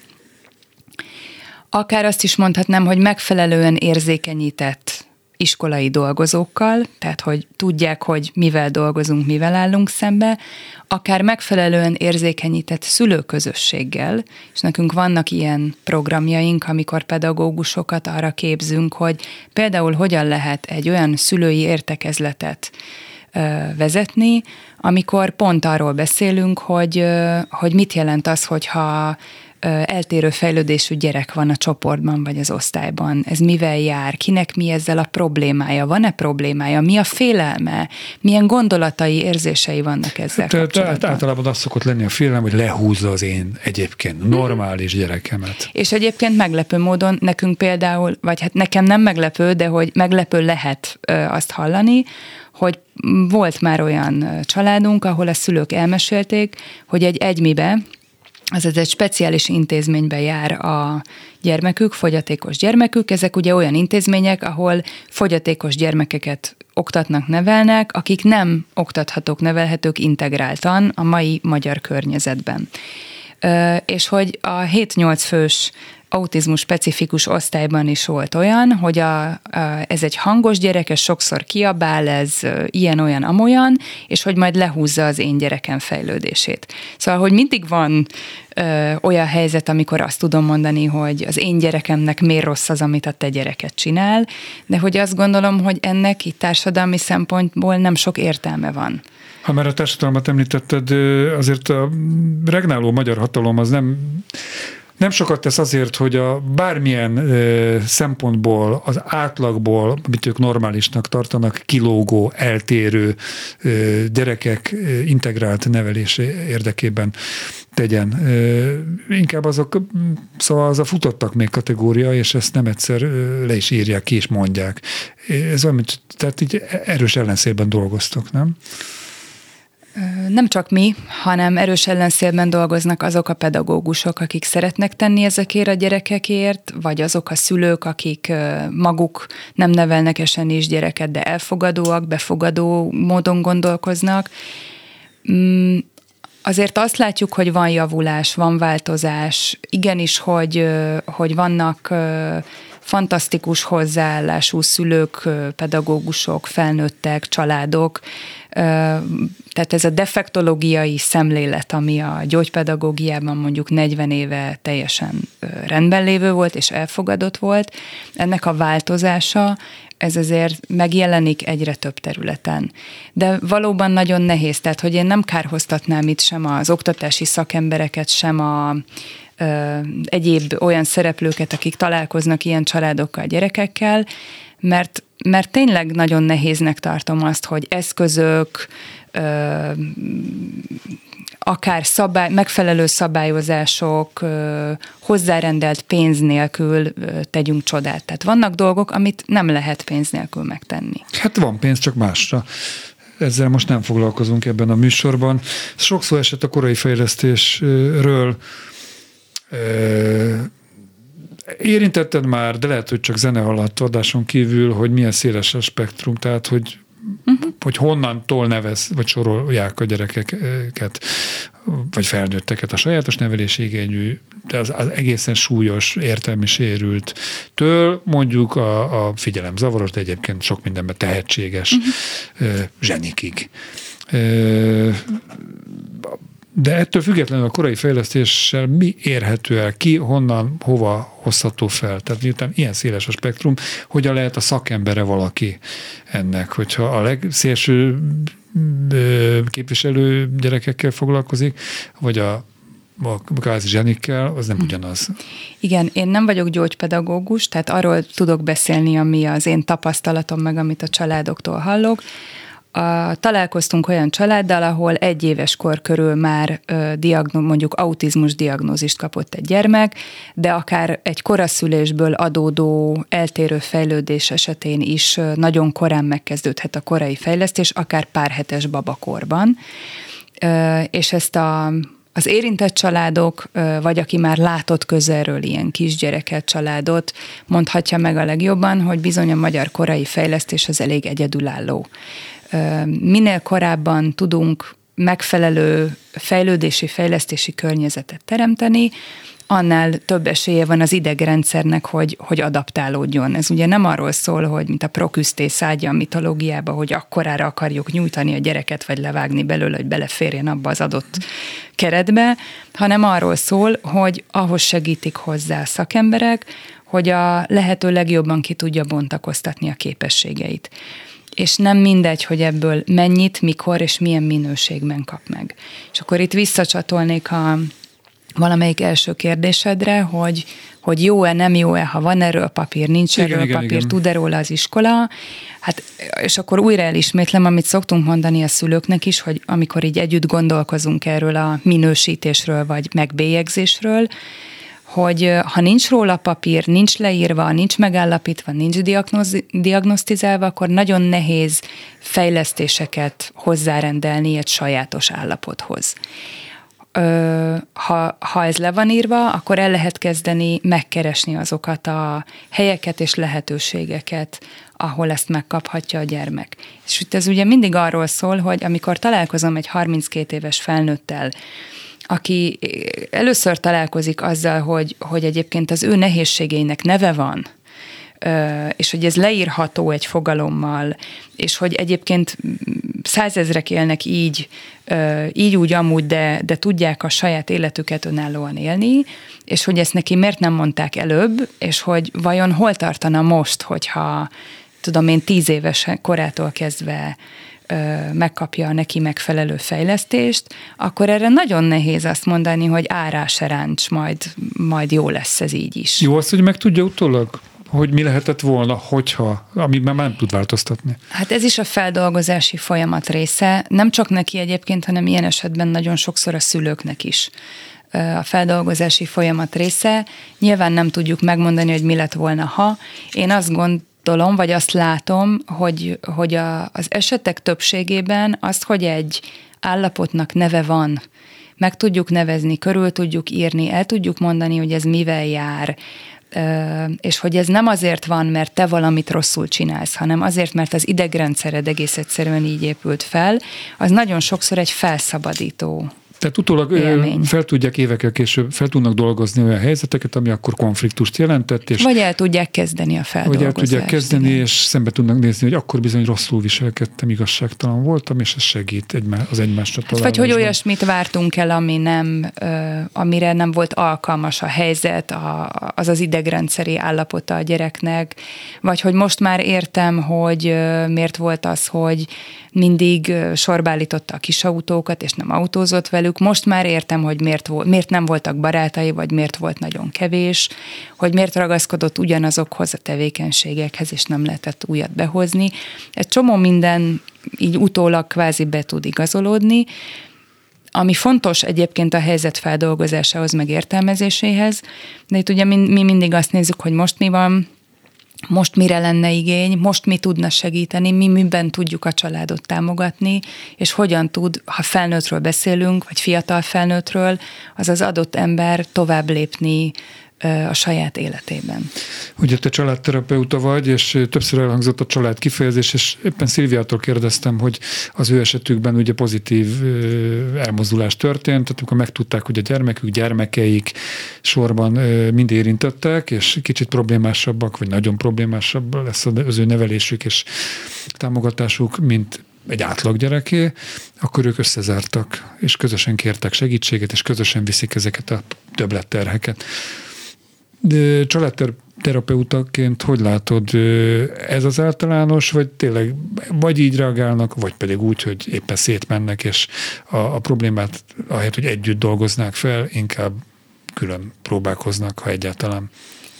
Speaker 3: Akár azt is mondhatnám, hogy megfelelően érzékenyített iskolai dolgozókkal, tehát hogy tudják, hogy mivel dolgozunk, mivel állunk szembe, akár megfelelően érzékenyített szülőközösséggel, és nekünk vannak ilyen programjaink, amikor pedagógusokat arra képzünk, hogy például hogyan lehet egy olyan szülői értekezletet vezetni, amikor pont arról beszélünk, hogy mit jelent az, hogyha eltérő fejlődésű gyerek van a csoportban vagy az osztályban. Ez mivel jár? Kinek mi ezzel a problémája? Van-e problémája? Mi a félelme? Milyen gondolatai, érzései vannak ezzel kapcsolatban?
Speaker 2: Tehát általában az szokott lenni a félelem, hogy lehúzza az én egyébként normális gyerekemet.
Speaker 3: És egyébként meglepő módon nekünk például, vagy hát nekem nem meglepő, de hogy meglepő lehet azt hallani, hogy volt már olyan családunk, ahol a szülők elmesélték, hogy egy egymibe, azaz egy speciális intézménybe jár a gyermekük, fogyatékos gyermekük. Ezek ugye olyan intézmények, ahol fogyatékos gyermekeket oktatnak, nevelnek, akik nem oktathatók, nevelhetők integráltan a mai magyar környezetben. És hogy a 7-8 fős autizmus specifikus osztályban is volt olyan, hogy ez egy hangos gyerek, ez sokszor kiabál, ez ilyen-olyan, amolyan, és hogy majd lehúzza az én gyerekem fejlődését. Szóval, hogy mindig van olyan helyzet, amikor azt tudom mondani, hogy az én gyerekemnek miért rossz az, amit a te gyereket csinál, de hogy azt gondolom, hogy ennek itt társadalmi szempontból nem sok értelme van.
Speaker 2: Ha már a társadalmat említetted, azért a regnáló magyar hatalom az nem sokat tesz azért, hogy a bármilyen szempontból, az átlagból, amit ők normálisnak tartanak, kilógó, eltérő gyerekek integrált nevelése érdekében tegyen. Inkább szóval az a futottak még kategória, és ezt nem egyszer le is írják ki, és mondják. Ez olyan, tehát így erős ellenszélben dolgoztok, nem?
Speaker 3: Nem csak mi, hanem erős ellenszélben dolgoznak azok a pedagógusok, akik szeretnek tenni ezekért a gyerekekért, vagy azok a szülők, akik maguk nem nevelnek esen is gyereket, de elfogadóak, befogadó módon gondolkoznak. Azért azt látjuk, hogy van javulás, van változás, igenis, hogy vannak fantasztikus hozzáállású szülők, pedagógusok, felnőttek, családok. Tehát ez a defektológiai szemlélet, ami a gyógypedagógiában mondjuk 40 éve teljesen rendben lévő volt és elfogadott volt, ennek a változása, ez azért megjelenik egyre több területen. De valóban nagyon nehéz, tehát hogy én nem kárhoztatnám itt sem az oktatási szakembereket, sem egyéb olyan szereplőket, akik találkoznak ilyen családokkal, gyerekekkel, mert tényleg nagyon nehéznek tartom azt, hogy eszközök, akár megfelelő szabályozások, hozzárendelt pénz nélkül tegyünk csodát. Tehát vannak dolgok, amit nem lehet pénz nélkül megtenni.
Speaker 2: Hát van pénz, csak másra. Ezzel most nem foglalkozunk ebben a műsorban. Sokszor esett a korai fejlesztésről. Érintetted már, de lehet, hogy csak zene alatt adáson kívül, hogy milyen széles a spektrum, tehát hogy honnantól nevez, vagy sorolják a gyerekeket, vagy felnőtteket a sajátos nevelési igényű, de az egészen súlyos, értelmi sérülttől mondjuk a figyelemzavaros, de egyébként sok mindenben tehetséges zsenikig. De ettől függetlenül a korai fejlesztéssel mi érhető el, ki, honnan, hova hozható fel? Tehát miután ilyen széles a spektrum, hogyan lehet a szakembere valaki ennek, hogyha a legszélső képviselő gyerekekkel foglalkozik, vagy a kvázi zsenikkel, az nem ugyanaz.
Speaker 3: Igen, én nem vagyok gyógypedagógus, tehát arról tudok beszélni, ami az én tapasztalatom, meg amit a családoktól hallok. Találkoztunk olyan családdal, ahol 1 éves kor körül már mondjuk autizmus diagnózist kapott egy gyermek, de akár egy koraszülésből adódó eltérő fejlődés esetén is nagyon korán megkezdődhet a korai fejlesztés, akár pár hetes babakorban. És ezt az érintett családok, vagy aki már látott közelről ilyen kisgyereket, családot, mondhatja meg a legjobban, hogy bizony a magyar korai fejlesztés az elég egyedülálló. Minél korábban tudunk megfelelő fejlesztési környezetet teremteni, annál több esélye van az idegrendszernek, hogy adaptálódjon. Ez ugye nem arról szól, hogy mint a Proküsztész ágya a mitológiában, hogy akkorára akarjuk nyújtani a gyereket, vagy levágni belőle, hogy beleférjen abba az adott keretbe, hanem arról szól, hogy ahhoz segítik hozzá a szakemberek, hogy a lehető legjobban ki tudja bontakoztatni a képességeit. És nem mindegy, hogy ebből mennyit, mikor és milyen minőségben kap meg. És akkor itt visszacsatolnék valamelyik első kérdésedre, hogy jó-e, nem jó-e, ha van erről papír, nincs erről papír, tud-e róla az iskola. Hát, és akkor újra elismétlem, amit szoktunk mondani a szülőknek is, hogy amikor így együtt gondolkozunk erről a minősítésről, vagy megbélyegzésről, hogy ha nincs róla papír, nincs leírva, nincs megállapítva, nincs diagnosztizálva, akkor nagyon nehéz fejlesztéseket hozzárendelni egy sajátos állapothoz. Ha ez le van írva, akkor el lehet kezdeni megkeresni azokat a helyeket és lehetőségeket, ahol ezt megkaphatja a gyermek. És ez ugye mindig arról szól, hogy amikor találkozom egy 32 éves felnőttel, aki először találkozik azzal, hogy egyébként az ő nehézségeinek neve van, és hogy ez leírható egy fogalommal, és hogy egyébként 100 000-ek élnek így úgy amúgy, de tudják a saját életüket önállóan élni, és hogy ezt neki miért nem mondták előbb, és hogy vajon hol tartana most, hogyha tudom én 10 éves korától kezdve megkapja a neki megfelelő fejlesztést, akkor erre nagyon nehéz azt mondani, hogy árá se ráncs, majd jó lesz ez így is.
Speaker 2: Jó az, hogy meg tudja utólag, hogy mi lehetett volna, hogyha, amit már nem tud változtatni.
Speaker 3: Hát ez is a feldolgozási folyamat része, nem csak neki egyébként, hanem ilyen esetben nagyon sokszor a szülőknek is a feldolgozási folyamat része. Nyilván nem tudjuk megmondani, hogy mi lett volna, ha. Én azt gondolom, vagy azt látom, hogy az esetek többségében az, hogy egy állapotnak neve van, meg tudjuk nevezni, körül tudjuk írni, el tudjuk mondani, hogy ez mivel jár, és hogy ez nem azért van, mert te valamit rosszul csinálsz, hanem azért, mert az idegrendszered egész egyszerűen így épült fel, az nagyon sokszor egy felszabadító.
Speaker 2: Tehát utólag fel tudják évekkel később, fel tudnak dolgozni olyan helyzeteket, ami akkor konfliktust jelentett. És
Speaker 3: vagy el tudják kezdeni a feldolgozást.
Speaker 2: Vagy el tudják kezdeni, igen. És szembe tudnak nézni, hogy akkor bizony rosszul viselkedtem, igazságtalan voltam, és ez segít az egymásra találásban.
Speaker 3: Vagy hogy olyasmit vártunk el, amire nem volt alkalmas a helyzet, az idegrendszeri állapota a gyereknek, vagy hogy most már értem, hogy miért volt az, hogy mindig sorba állította a kis autókat, és nem autózott velük. Most már értem, hogy miért nem voltak barátai, vagy miért volt nagyon kevés, hogy miért ragaszkodott ugyanazokhoz a tevékenységekhez, és nem lehetett újat behozni. Egy csomó minden így utólag kvázi be tud igazolódni, ami fontos egyébként a helyzet feldolgozásához, meg értelmezéséhez, de itt ugye mi mindig azt nézzük, hogy most mi van, most mire lenne igény, most mi tudna segíteni, miben tudjuk a családot támogatni, és hogyan tud, ha felnőttről beszélünk, vagy fiatal felnőttről, az adott ember tovább lépni a saját életében.
Speaker 2: Ugye te családterapeuta vagy, és többször elhangzott a család kifejezés, és éppen Szilviától kérdeztem, hogy az ő esetükben ugye pozitív elmozdulás történt, tehát amikor megtudták, hogy a gyermekük, gyermekeik sorban mind érintettek, és kicsit problémásabbak, vagy nagyon problémásabb lesz az ő nevelésük és támogatásuk, mint egy átlag gyereké, akkor ők összezártak, és közösen kértek segítséget, és közösen viszik ezeket a többletterheket. De családterapeutaként hogy látod, ez az általános, vagy tényleg vagy így reagálnak, vagy pedig úgy, hogy éppen szétmennek, és a problémát, ahelyett, hogy együtt dolgoznák fel, inkább külön próbálkoznak, ha egyáltalán.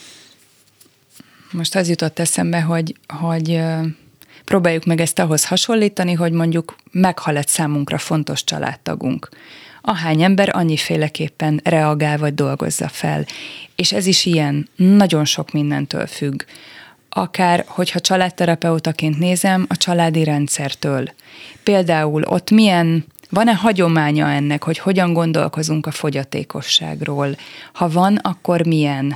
Speaker 3: Most az jutott eszembe, hogy próbáljuk meg ezt ahhoz hasonlítani, hogy mondjuk meghal egy számunkra fontos családtagunk. Ahány ember annyiféleképpen reagál vagy dolgozza fel. És ez is ilyen, nagyon sok mindentől függ. Akár, hogyha családterapeutaként nézem, a családi rendszertől. Például ott van-e hagyománya ennek, hogy hogyan gondolkozunk a fogyatékosságról? Ha van, akkor milyen?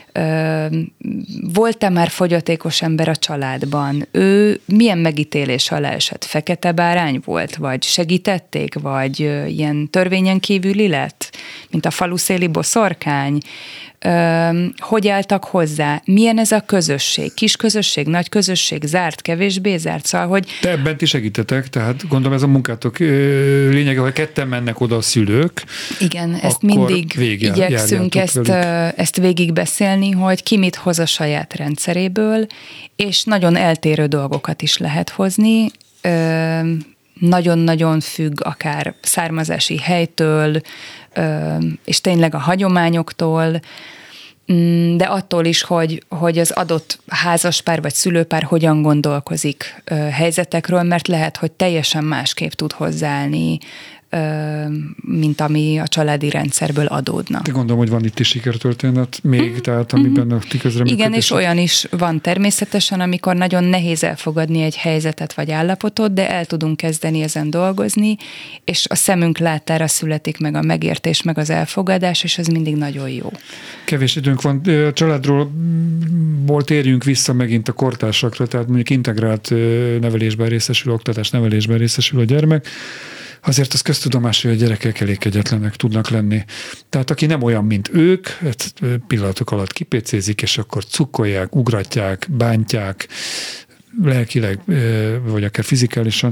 Speaker 3: Volt-e már fogyatékos ember a családban? Ő milyen megítélés alá esett? Fekete bárány volt? Vagy segítették? Vagy ilyen törvényen kívüli lett? Mint a faluszéli boszorkány? Hogy álltak hozzá? Milyen ez a közösség? Kis közösség, nagy közösség, zárt, kevésbé zárt? Szóval, hogy...
Speaker 2: Te ebben is segítetek, tehát gondolom ez a munkátok lényege, hogy ketten mennek oda a szülők.
Speaker 3: Igen, ezt mindig igyekszünk ezt végigbeszélni, hogy ki mit hoz a saját rendszeréből, és nagyon eltérő dolgokat is lehet hozni. Nagyon-nagyon függ akár származási helytől, és tényleg a hagyományoktól, de attól is, hogy az adott házaspár vagy szülőpár hogyan gondolkozik helyzetekről, mert lehet, hogy teljesen másképp tud hozzáállni, mint ami a családi rendszerből adódna.
Speaker 2: De gondolom, hogy van itt is sikertörténet még, tehát amiben a ti közreműködések.
Speaker 3: Igen, és olyan is van természetesen, amikor nagyon nehéz elfogadni egy helyzetet vagy állapotot, de el tudunk kezdeni ezen dolgozni, és a szemünk láttára születik meg a megértés, meg az elfogadás, és ez mindig nagyon jó.
Speaker 2: Kevés időnk van. A családról térjünk vissza megint a kortársakra, tehát mondjuk integrált nevelésben részesül, oktatás nevelésben részesül a gyermek. Azért az köztudomás, hogy a gyerekek elég kegyetlenek tudnak lenni. Tehát aki nem olyan, mint ők, pillanatok alatt kipécézik, és akkor cukkolják, ugratják, bántják, lelkileg, vagy akár fizikálisan.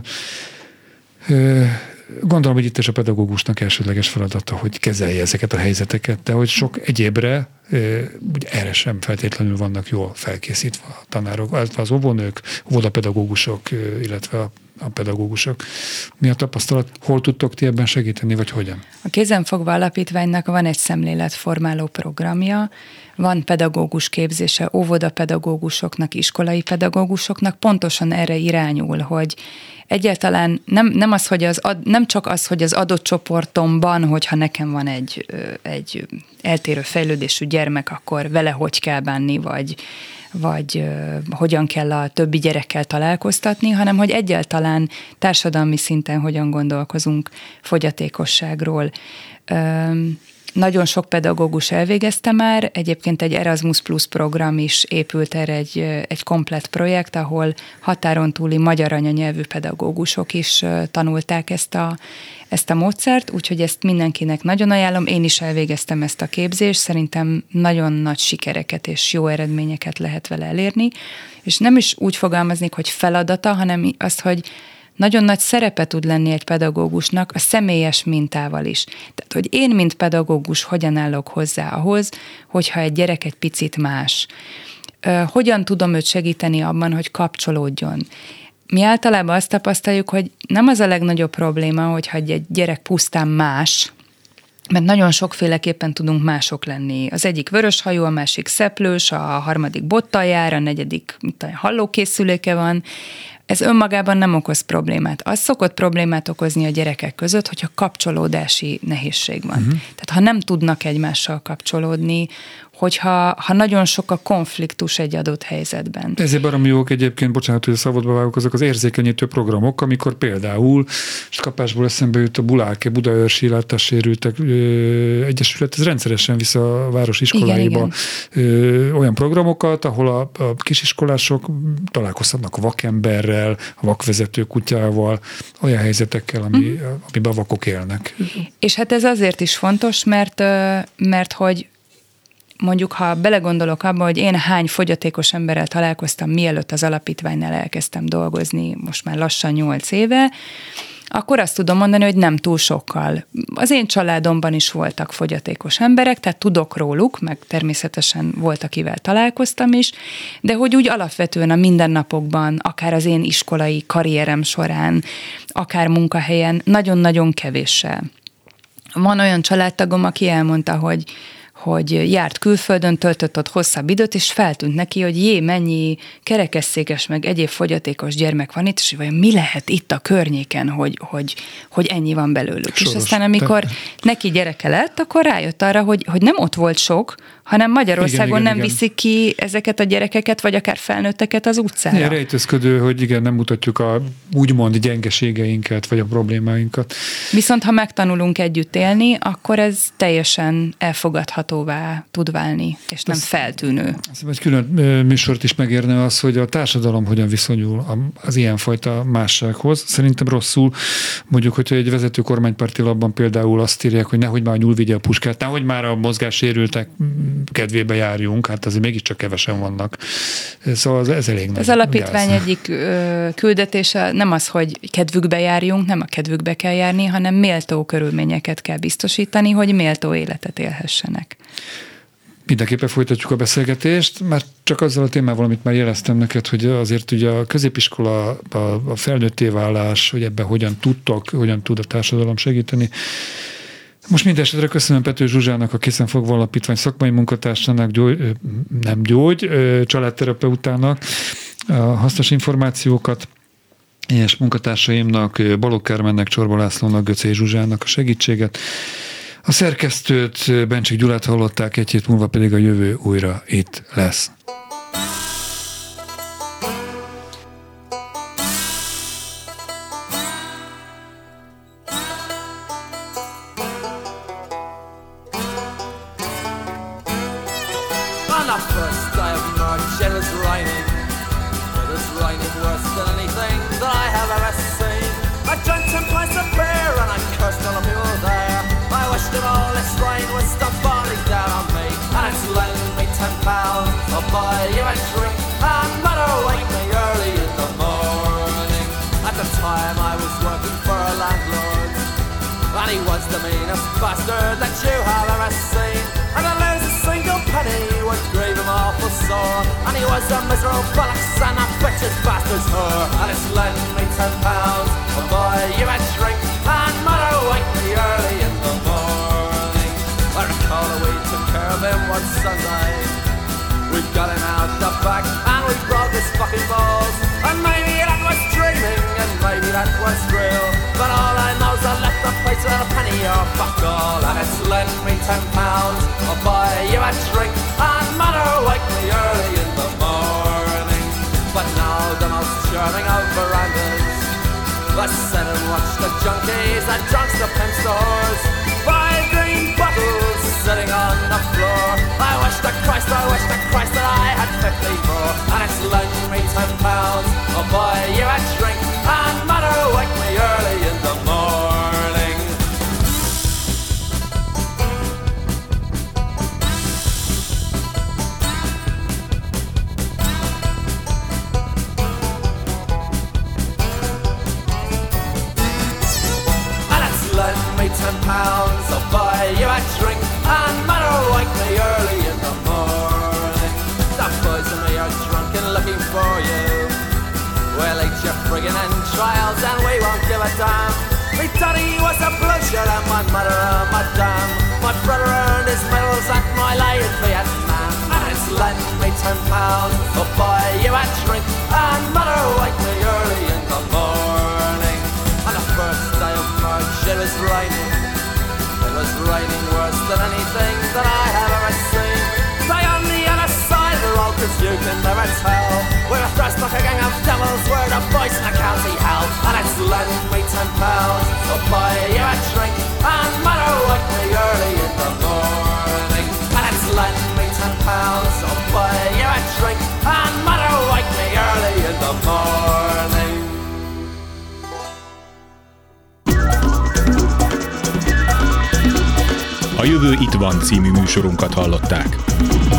Speaker 2: Gondolom, hogy itt is a pedagógusnak elsődleges feladata, hogy kezelje ezeket a helyzeteket, de hogy sok egyébre, ugye erre sem feltétlenül vannak jól felkészítve a tanárok, az óvónők, óvodapedagógusok, illetve a pedagógusok. Mi a tapasztalat? Hol tudtok ti ebben segíteni, vagy hogyan?
Speaker 3: A Kézenfogva Alapítványnak van egy szemléletformáló programja, van pedagógus képzése óvodapedagógusoknak, iskolai pedagógusoknak, pontosan erre irányul, hogy egyáltalán nem csak az, hogy az adott csoportomban, hogyha nekem van egy eltérő fejlődésű gyermek, akkor vele hogy kell bánni, vagy hogyan kell a többi gyerekkel találkoztatni, hanem hogy egyáltalán társadalmi szinten hogyan gondolkozunk fogyatékosságról. Nagyon sok pedagógus elvégezte már, egyébként egy Erasmus Plus program is épült erre egy komplett projekt, ahol határon túli magyar anyanyelvű pedagógusok is tanulták ezt a módszert, úgyhogy ezt mindenkinek nagyon ajánlom. Én is elvégeztem ezt a képzést, szerintem nagyon nagy sikereket és jó eredményeket lehet vele elérni, és nem is úgy fogalmaznék, hogy feladata, hanem azt, hogy nagyon nagy szerepe tud lenni egy pedagógusnak a személyes mintával is. Tehát, hogy én, mint pedagógus, hogyan állok hozzá ahhoz, hogyha egy gyerek egy picit más. Hogyan tudom őt segíteni abban, hogy kapcsolódjon. Mi általában azt tapasztaljuk, hogy nem az a legnagyobb probléma, hogyha egy gyerek pusztán más, mert nagyon sokféleképpen tudunk mások lenni. Az egyik vöröshajú, a másik szeplős, a harmadik bottal jár, a negyedik hallókészüléke van. Ez önmagában nem okoz problémát. Az szokott problémát okozni a gyerekek között, hogyha kapcsolódási nehézség van. Tehát ha nem tudnak egymással kapcsolódni, hogyha nagyon sok a konfliktus egy adott helyzetben.
Speaker 2: Ezért baromi jók egyébként, bocsánat, hogy a szabadba vágok, azok az érzékenyítő programok, amikor például, és kapásból eszembe jut a Buláke, Budaörsi Látássérültek Egyesület, ez rendszeresen visz a város iskoláiba olyan programokat, ahol a kisiskolások találkozhatnak a vakemberrel, a vakvezető kutyával, olyan helyzetekkel, amiben a vakok élnek. És
Speaker 3: hát ez azért is fontos, mert hogy mondjuk, ha belegondolok abba, hogy én hány fogyatékos emberrel találkoztam, mielőtt az alapítványnál elkezdtem dolgozni, most már lassan 8 éve, akkor azt tudom mondani, hogy nem túl sokkal. Az én családomban is voltak fogyatékos emberek, tehát tudok róluk, meg természetesen volt, akivel találkoztam is, de hogy úgy alapvetően a mindennapokban, akár az én iskolai karrierem során, akár munkahelyen, nagyon-nagyon kevéssel. Van olyan családtagom, aki elmondta, hogy járt külföldön, töltött ott hosszabb időt, és feltűnt neki, hogy mennyi kerekesszékes, meg egyéb fogyatékos gyermek van itt, és vajon mi lehet itt a környéken, hogy ennyi van belőlük. Soros. És aztán, amikor neki gyereke lett, akkor rájött arra, hogy nem ott volt sok, hanem Magyarországon igen, viszik ki ezeket a gyerekeket, vagy akár felnőtteket az utcára.
Speaker 2: Igen, rejtőzködő, hogy igen, nem mutatjuk a úgymond gyengeségeinket, vagy a problémáinkat.
Speaker 3: Viszont ha megtanulunk együtt élni, akkor ez teljesen elfogadhatóvá tud válni, és nem feltűnő.
Speaker 2: Egy külön műsort is megérne az, hogy a társadalom hogyan viszonyul az ilyenfajta mássághoz. Szerintem rosszul, mondjuk, hogyha egy vezető kormánypárti labban például azt írják, hogy nehogy már a nyúl vigye a puskát, nehogy már a mozgássérültek kedvébe járjunk, hát azért mégiscsak kevesen vannak. Szóval ez elég nagy.
Speaker 3: Az alapítvány egyik küldetése nem az, hogy kedvükbe járjunk, nem a kedvükbe kell járni, hanem méltó körülményeket kell biztosítani, hogy méltó életet élhessenek.
Speaker 2: Mindenképpen folytatjuk a beszélgetést, már csak azzal a témával, amit már jeleztem neked, hogy azért ugye a középiskola, a felnőtté válás, hogy ebben hogyan tud a társadalom segíteni. Most mindesetre köszönöm Pető Zsuzsának, a Készenfogva Alapítvány szakmai munkatársának, családterapeutának a hasznos információkat, és munkatársaimnak, Balogh Kármennek, Csorba Lászlónak, Göcé Zsuzsának a segítséget. A szerkesztőt, Bencsik Gyulát hallották, egy hét múlva pedig a jövő újra itt lesz.
Speaker 5: Bastard that you have ever seen, and to lose a single penny would grieve him awful sore. And he was a miserable bollocks and a bitch's bastard's whore. And it's lend me £10, oh boy, you a drink, and mother wake me early in the morning. I recall that we took care of him one Sunday. We got him out the back and we broke his fucking balls. And maybe that was dreaming and maybe that was real, but all I know is I left the place without a penny or fuck all. And it's lend me £10, I'll buy you a drink, and mother wake me early in the morning. But now the most charming of verandas, let's sit and watch the junkies and drunks, the pimps, the whores, 5 green bottles sitting on the floor. I wish to Christ that I had 50 more. And it's lend me £10, I'll buy you a drink, and mother wake me early in the morning. And it's lend me £10, I'll buy you a drink, and mother wake me early in the morning. The boys and me are drunk and looking for you. We'll eat your friggin' entrails and we won't give a damn. Me daddy was a bloodshed and my mother a madame. My brother earned his medals at my late Vietnam. And it's lend me £10, I'll buy you a drink, and mother wake me early in the morning. On the first day of March it was raining. It was raining worse than anything that I have ever seen. They fellows were the boys in the county hall, and it's lend me £10, so buy you a drink, and mother wake me early in the morning. And it's lend me £10, so buy you a drink, and mother wake me early in the morning.
Speaker 1: A Jövő itt van című műsorunkat hallották.